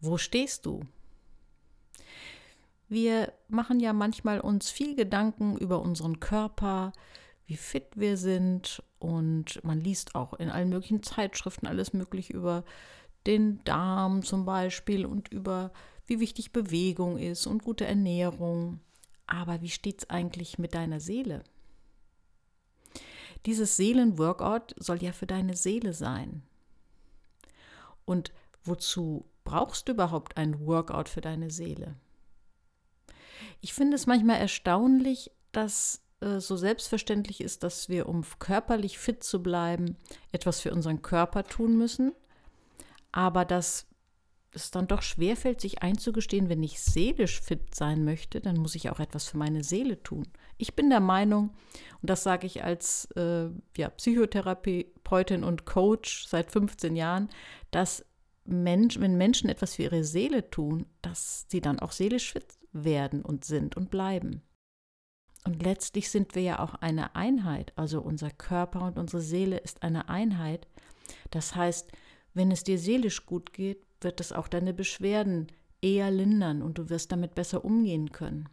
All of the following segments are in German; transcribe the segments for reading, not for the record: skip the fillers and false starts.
Wo stehst du? Wir machen ja manchmal uns viel Gedanken über unseren Körper, wie fit wir sind, und man liest auch in allen möglichen Zeitschriften alles Mögliche über den Darm zum Beispiel und über wie wichtig Bewegung ist und gute Ernährung. Aber wie steht es eigentlich mit deiner Seele? Dieses Seelenworkout soll ja für deine Seele sein. Und wozu brauchst du überhaupt ein Workout für deine Seele? Ich finde es manchmal erstaunlich, dass so selbstverständlich ist, dass wir, um körperlich fit zu bleiben, etwas für unseren Körper tun müssen, aber dass es dann doch schwerfällt, sich einzugestehen, wenn ich seelisch fit sein möchte, dann muss ich auch etwas für meine Seele tun. Ich bin der Meinung, und das sage ich als Psychotherapeutin und Coach seit 15 Jahren, dass wenn Menschen etwas für ihre Seele tun, dass sie dann auch seelisch fit werden und sind und bleiben. Und letztlich sind wir ja auch eine Einheit, also unser Körper und unsere Seele ist eine Einheit. Das heißt, wenn es dir seelisch gut geht, wird es auch deine Beschwerden eher lindern und du wirst damit besser umgehen können.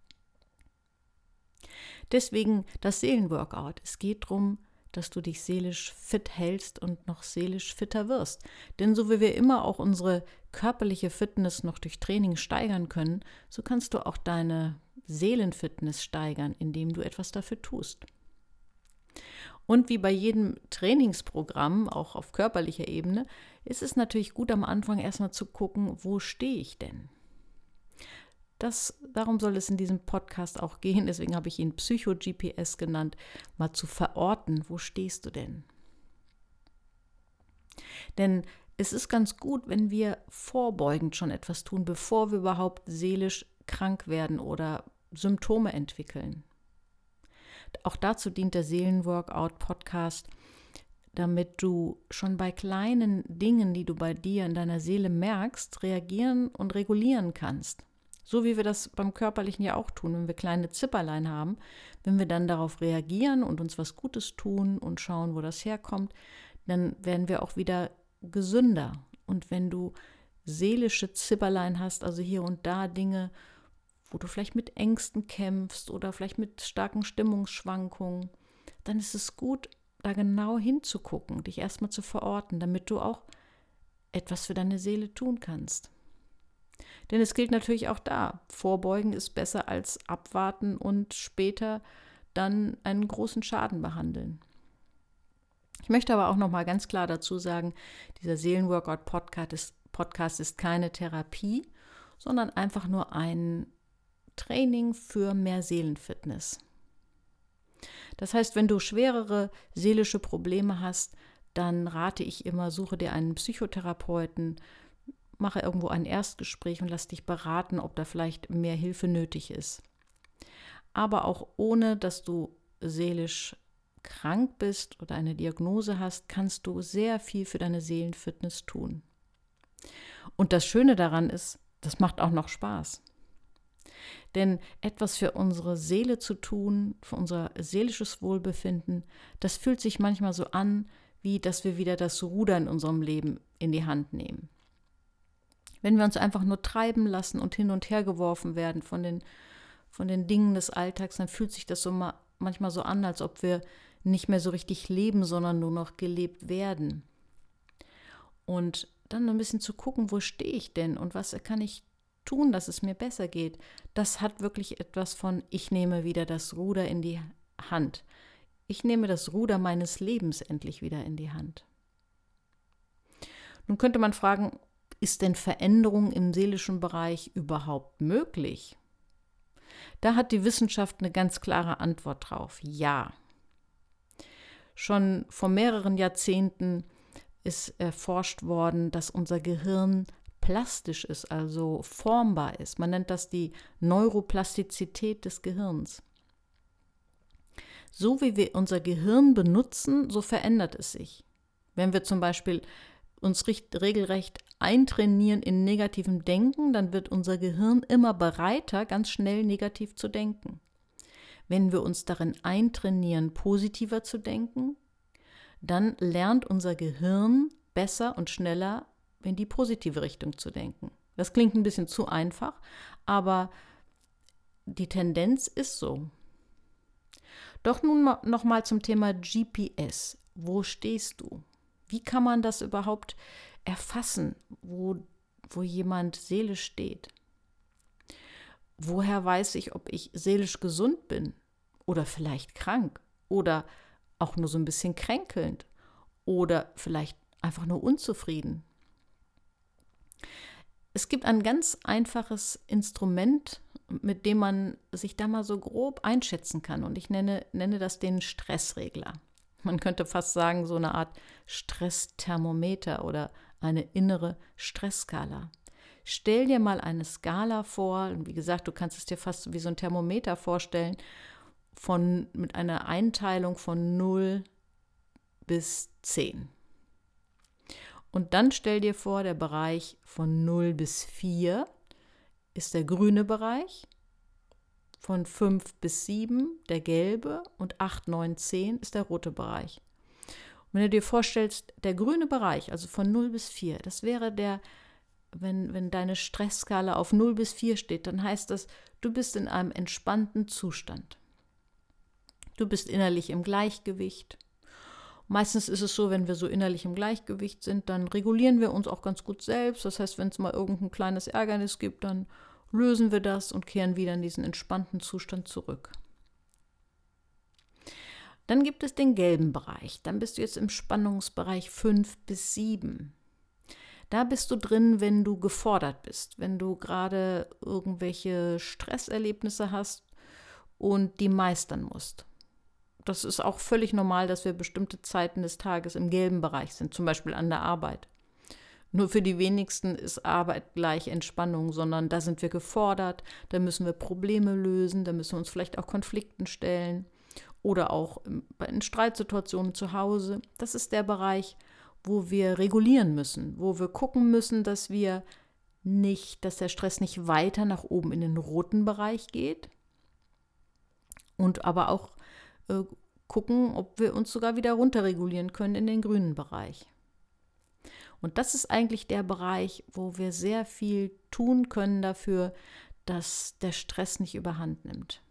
Deswegen das Seelenworkout. Es geht darum, dass du dich seelisch fit hältst und noch seelisch fitter wirst. Denn so wie wir immer auch unsere körperliche Fitness noch durch Training steigern können, so kannst du auch deine Seelenfitness steigern, indem du etwas dafür tust. Und wie bei jedem Trainingsprogramm, auch auf körperlicher Ebene, ist es natürlich gut, am Anfang erstmal zu gucken, wo stehe ich denn? Darum soll es in diesem Podcast auch gehen, deswegen habe ich ihn Psycho-GPS genannt, mal zu verorten, wo stehst du denn? Denn es ist ganz gut, wenn wir vorbeugend schon etwas tun, bevor wir überhaupt seelisch krank werden oder Symptome entwickeln. Auch dazu dient der Seelenworkout-Podcast, damit du schon bei kleinen Dingen, die du bei dir in deiner Seele merkst, reagieren und regulieren kannst. So wie wir das beim Körperlichen ja auch tun, wenn wir kleine Zipperlein haben, wenn wir dann darauf reagieren und uns was Gutes tun und schauen, wo das herkommt, dann werden wir auch wieder gesünder. Und wenn du seelische Zipperlein hast, also hier und da Dinge, wo du vielleicht mit Ängsten kämpfst oder vielleicht mit starken Stimmungsschwankungen, dann ist es gut, da genau hinzugucken, dich erstmal zu verorten, damit du auch etwas für deine Seele tun kannst. Denn es gilt natürlich auch da, vorbeugen ist besser als abwarten und später dann einen großen Schaden behandeln. Ich möchte aber auch noch mal ganz klar dazu sagen, dieser Seelenworkout-Podcast ist keine Therapie, sondern einfach nur ein Training für mehr Seelenfitness. Das heißt, wenn du schwerere seelische Probleme hast, dann rate ich immer, suche dir einen Psychotherapeuten, mache irgendwo ein Erstgespräch und lass dich beraten, ob da vielleicht mehr Hilfe nötig ist. Aber auch ohne, dass du seelisch krank bist oder eine Diagnose hast, kannst du sehr viel für deine Seelenfitness tun. Und das Schöne daran ist, das macht auch noch Spaß. Denn etwas für unsere Seele zu tun, für unser seelisches Wohlbefinden, das fühlt sich manchmal so an, wie dass wir wieder das Ruder in unserem Leben in die Hand nehmen. Wenn wir uns einfach nur treiben lassen und hin und her geworfen werden von den Dingen des Alltags, dann fühlt sich das so manchmal so an, als ob wir nicht mehr so richtig leben, sondern nur noch gelebt werden. Und dann ein bisschen zu gucken, wo stehe ich denn und was kann ich tun, dass es mir besser geht, das hat wirklich etwas von, ich nehme wieder das Ruder in die Hand. Ich nehme das Ruder meines Lebens endlich wieder in die Hand. Nun könnte man fragen, ist denn Veränderung im seelischen Bereich überhaupt möglich? Da hat die Wissenschaft eine ganz klare Antwort drauf. Ja. Schon vor mehreren Jahrzehnten ist erforscht worden, dass unser Gehirn plastisch ist, also formbar ist. Man nennt das die Neuroplastizität des Gehirns. So wie wir unser Gehirn benutzen, so verändert es sich. Wenn wir zum Beispiel uns regelrecht eintrainieren in negativem Denken, dann wird unser Gehirn immer bereiter, ganz schnell negativ zu denken. Wenn wir uns darin eintrainieren, positiver zu denken, dann lernt unser Gehirn besser und schneller in die positive Richtung zu denken. Das klingt ein bisschen zu einfach, aber die Tendenz ist so. Doch nun noch mal zum Thema GPS. Wo stehst du? Wie kann man das überhaupt erfassen, wo jemand seelisch steht? Woher weiß ich, ob ich seelisch gesund bin oder vielleicht krank oder auch nur so ein bisschen kränkelnd oder vielleicht einfach nur unzufrieden? Es gibt ein ganz einfaches Instrument, mit dem man sich da mal so grob einschätzen kann. Und ich nenne das den Stressregler. Man könnte fast sagen, so eine Art Stressthermometer oder eine innere Stressskala. Stell dir mal eine Skala vor, und wie gesagt, du kannst es dir fast wie so ein Thermometer vorstellen, mit einer Einteilung von 0 bis 10. Und dann stell dir vor, der Bereich von 0 bis 4 ist der grüne Bereich, von 5 bis 7 der gelbe und 8, 9, 10 ist der rote Bereich. Und wenn du dir vorstellst, der grüne Bereich, also von 0 bis 4, das wäre wenn deine Stressskala auf 0 bis 4 steht, dann heißt das, du bist in einem entspannten Zustand. Du bist innerlich im Gleichgewicht. Meistens ist es so, wenn wir so innerlich im Gleichgewicht sind, dann regulieren wir uns auch ganz gut selbst. Das heißt, wenn es mal irgendein kleines Ärgernis gibt, dann lösen wir das und kehren wieder in diesen entspannten Zustand zurück. Dann gibt es den gelben Bereich. Dann bist du jetzt im Spannungsbereich 5 bis 7. Da bist du drin, wenn du gefordert bist, wenn du gerade irgendwelche Stresserlebnisse hast und die meistern musst. Das ist auch völlig normal, dass wir bestimmte Zeiten des Tages im gelben Bereich sind, zum Beispiel an der Arbeit. Nur für die wenigsten ist Arbeit gleich Entspannung, sondern da sind wir gefordert, da müssen wir Probleme lösen, da müssen wir uns vielleicht auch Konflikten stellen oder auch in Streitsituationen zu Hause. Das ist der Bereich, wo wir regulieren müssen, wo wir gucken müssen, dass der Stress nicht weiter nach oben in den roten Bereich geht und aber auch gucken, ob wir uns sogar wieder runterregulieren können in den grünen Bereich. Und das ist eigentlich der Bereich, wo wir sehr viel tun können dafür, dass der Stress nicht überhand nimmt.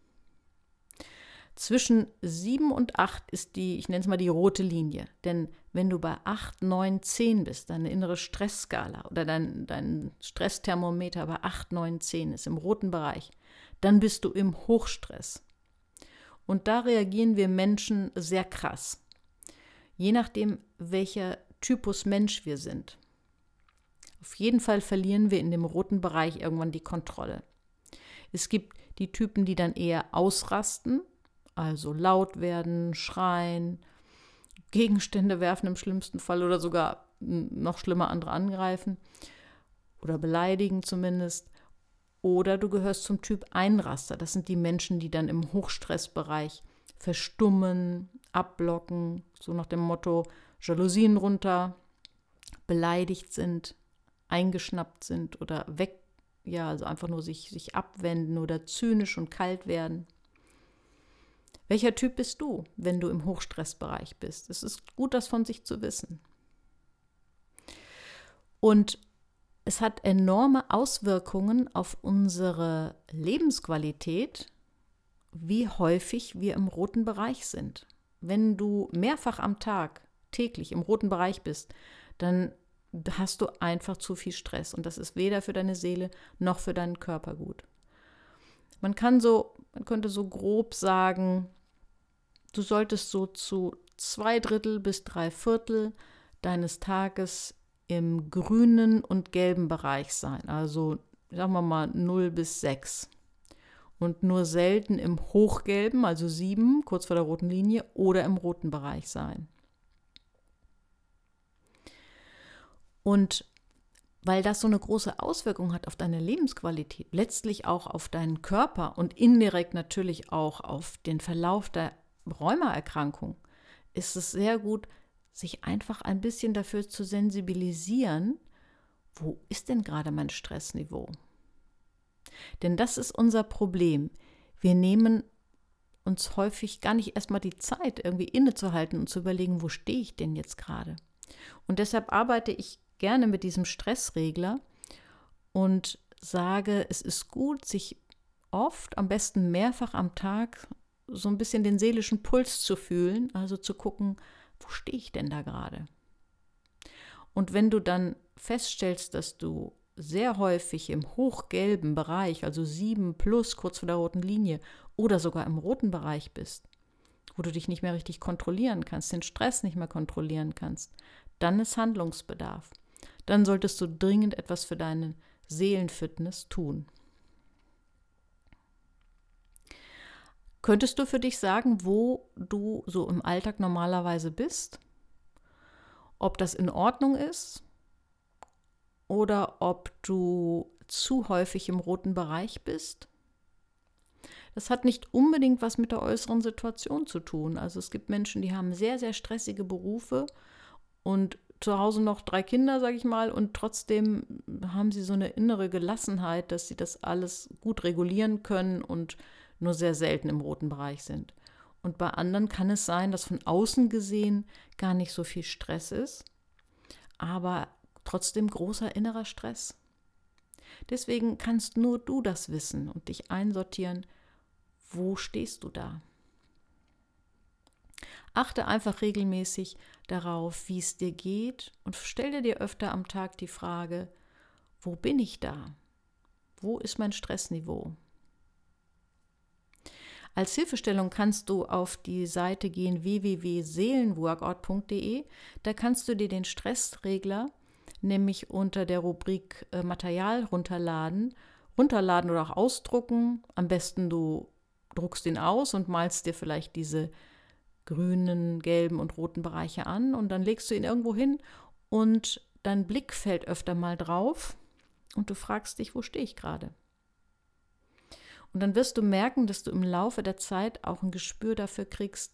Zwischen 7 und 8 ist ich nenne es mal die rote Linie. Denn wenn du bei 8, 9, 10 bist, deine innere Stressskala oder dein Stressthermometer bei 8, 9, 10 ist im roten Bereich, dann bist du im Hochstress. Und da reagieren wir Menschen sehr krass, je nachdem, welcher Typus Mensch wir sind. Auf jeden Fall verlieren wir in dem roten Bereich irgendwann die Kontrolle. Es gibt die Typen, die dann eher ausrasten, also laut werden, schreien, Gegenstände werfen im schlimmsten Fall oder sogar noch schlimmer andere angreifen oder beleidigen zumindest. Oder du gehörst zum Typ Einraster. Das sind die Menschen, die dann im Hochstressbereich verstummen, abblocken, so nach dem Motto Jalousien runter, beleidigt sind, eingeschnappt sind oder also einfach nur sich abwenden oder zynisch und kalt werden. Welcher Typ bist du, wenn du im Hochstressbereich bist? Es ist gut, das von sich zu wissen. Und es hat enorme Auswirkungen auf unsere Lebensqualität, wie häufig wir im roten Bereich sind. Wenn du mehrfach am Tag, täglich im roten Bereich bist, dann hast du einfach zu viel Stress. Und das ist weder für deine Seele noch für deinen Körper gut. Man könnte so grob sagen, du solltest so zu 2/3 bis 3/4 deines Tages im grünen und gelben Bereich sein, also sagen wir mal 0 bis 6 und nur selten im hochgelben, also 7, kurz vor der roten Linie, oder im roten Bereich sein. Und weil das so eine große Auswirkung hat auf deine Lebensqualität, letztlich auch auf deinen Körper und indirekt natürlich auch auf den Verlauf der Rheumaerkrankung, ist es sehr gut, sich einfach ein bisschen dafür zu sensibilisieren, wo ist denn gerade mein Stressniveau? Denn das ist unser Problem. Wir nehmen uns häufig gar nicht erstmal die Zeit, irgendwie innezuhalten und zu überlegen, wo stehe ich denn jetzt gerade? Und deshalb arbeite ich gerne mit diesem Stressregler und sage, es ist gut, sich oft, am besten mehrfach am Tag, so ein bisschen den seelischen Puls zu fühlen, also zu gucken, wo stehe ich denn da gerade? Und wenn du dann feststellst, dass du sehr häufig im hochgelben Bereich, also 7 plus, kurz vor der roten Linie, oder sogar im roten Bereich bist, wo du dich nicht mehr richtig kontrollieren kannst, den Stress nicht mehr kontrollieren kannst, dann ist Handlungsbedarf. Dann solltest du dringend etwas für deine Seelenfitness tun. Könntest du für dich sagen, wo du so im Alltag normalerweise bist? Ob das in Ordnung ist oder ob du zu häufig im roten Bereich bist? Das hat nicht unbedingt was mit der äußeren Situation zu tun. Also es gibt Menschen, die haben sehr, sehr stressige Berufe und zu Hause noch 3 Kinder, sage ich mal, und trotzdem haben sie so eine innere Gelassenheit, dass sie das alles gut regulieren können und nur sehr selten im roten Bereich sind. Und bei anderen kann es sein, dass von außen gesehen gar nicht so viel Stress ist, aber trotzdem großer innerer Stress. Deswegen kannst nur du das wissen und dich einsortieren, wo stehst du da? Achte einfach regelmäßig darauf, wie es dir geht und stelle dir öfter am Tag die Frage, wo bin ich da? Wo ist mein Stressniveau? Als Hilfestellung kannst du auf die Seite gehen www.seelenworkout.de. Da kannst du dir den Stressregler, nämlich unter der Rubrik Material runterladen oder auch ausdrucken. Am besten du druckst ihn aus und malst dir vielleicht diese grünen, gelben und roten Bereiche an und dann legst du ihn irgendwo hin und dein Blick fällt öfter mal drauf und du fragst dich, wo stehe ich gerade? Und dann wirst du merken, dass du im Laufe der Zeit auch ein Gespür dafür kriegst,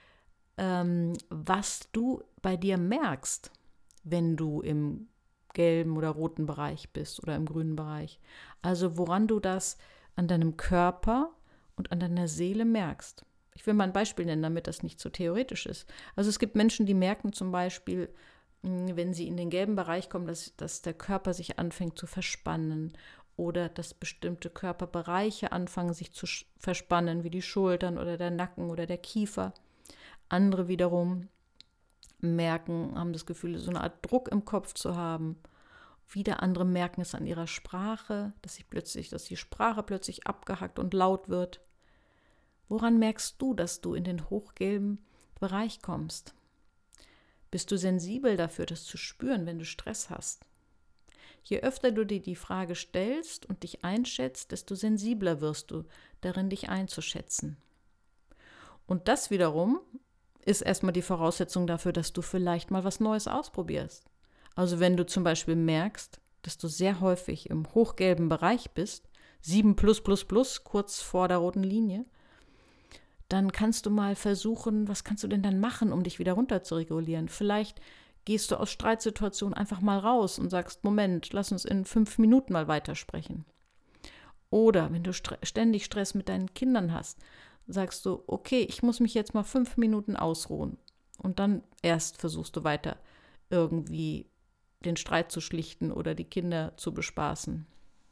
was du bei dir merkst, wenn du im gelben oder roten Bereich bist oder im grünen Bereich. Also woran du das an deinem Körper und an deiner Seele merkst. Ich will mal ein Beispiel nennen, damit das nicht so theoretisch ist. Also es gibt Menschen, die merken zum Beispiel, wenn sie in den gelben Bereich kommen, dass der Körper sich anfängt zu verspannen oder dass bestimmte Körperbereiche anfangen sich zu verspannen, wie die Schultern oder der Nacken oder der Kiefer. Andere wiederum haben das Gefühl, so eine Art Druck im Kopf zu haben. Wieder andere merken es an ihrer Sprache, dass die Sprache plötzlich abgehackt und laut wird. Woran merkst du, dass du in den hochgelben Bereich kommst? Bist du sensibel dafür, das zu spüren, wenn du Stress hast? Je öfter du dir die Frage stellst und dich einschätzt, desto sensibler wirst du darin, dich einzuschätzen. Und das wiederum ist erstmal die Voraussetzung dafür, dass du vielleicht mal was Neues ausprobierst. Also wenn du zum Beispiel merkst, dass du sehr häufig im hochgelben Bereich bist, 7 plus, kurz vor der roten Linie, dann kannst du mal versuchen, was kannst du denn dann machen, um dich wieder runter zu regulieren? Vielleicht gehst du aus Streitsituationen einfach mal raus und sagst, Moment, lass uns in 5 Minuten mal weitersprechen. Oder wenn du ständig Stress mit deinen Kindern hast, sagst du, okay, ich muss mich jetzt mal 5 Minuten ausruhen. Und dann erst versuchst du weiter irgendwie den Streit zu schlichten oder die Kinder zu bespaßen.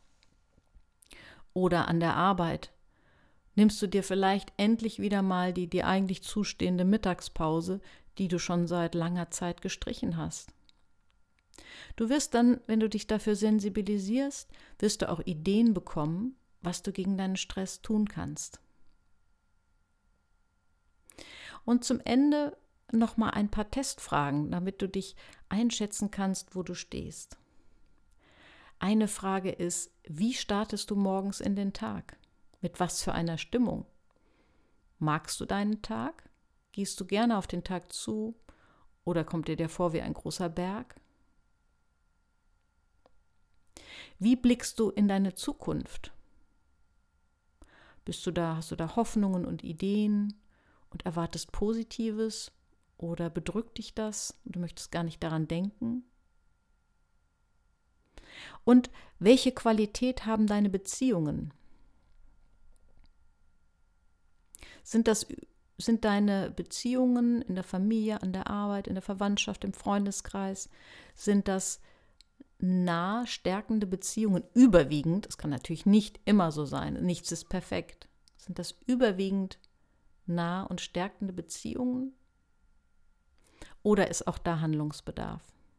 Oder an der Arbeit. Nimmst du dir vielleicht endlich wieder mal die dir eigentlich zustehende Mittagspause, die du schon seit langer Zeit gestrichen hast. Du wirst dann, wenn du dich dafür sensibilisierst, wirst du auch Ideen bekommen, was du gegen deinen Stress tun kannst. Und zum Ende nochmal ein paar Testfragen, damit du dich einschätzen kannst, wo du stehst. Eine Frage ist, wie startest du morgens in den Tag? Mit was für einer Stimmung? Magst du deinen Tag? Gehst du gerne auf den Tag zu? Oder kommt dir der vor wie ein großer Berg? Wie blickst du in deine Zukunft? Hast du da Hoffnungen und Ideen und erwartest Positives? Oder bedrückt dich das und du möchtest gar nicht daran denken? Und welche Qualität haben deine Beziehungen? Sind deine Beziehungen in der Familie, an der Arbeit, in der Verwandtschaft, im Freundeskreis, sind das nah stärkende Beziehungen überwiegend, es kann natürlich nicht immer so sein, nichts ist perfekt, sind das überwiegend nah und stärkende Beziehungen? Oder ist auch da Handlungsbedarf?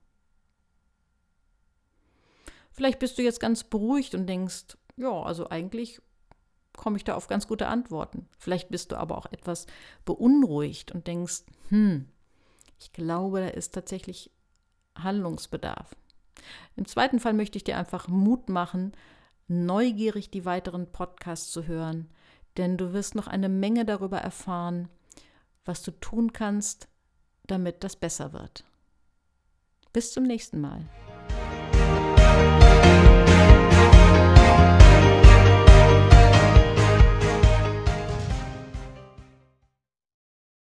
Vielleicht bist du jetzt ganz beruhigt und denkst, ja, also eigentlich komme ich da auf ganz gute Antworten. Vielleicht bist du aber auch etwas beunruhigt und denkst, ich glaube, da ist tatsächlich Handlungsbedarf. Im zweiten Fall möchte ich dir einfach Mut machen, neugierig die weiteren Podcasts zu hören, denn du wirst noch eine Menge darüber erfahren, was du tun kannst, damit das besser wird. Bis zum nächsten Mal.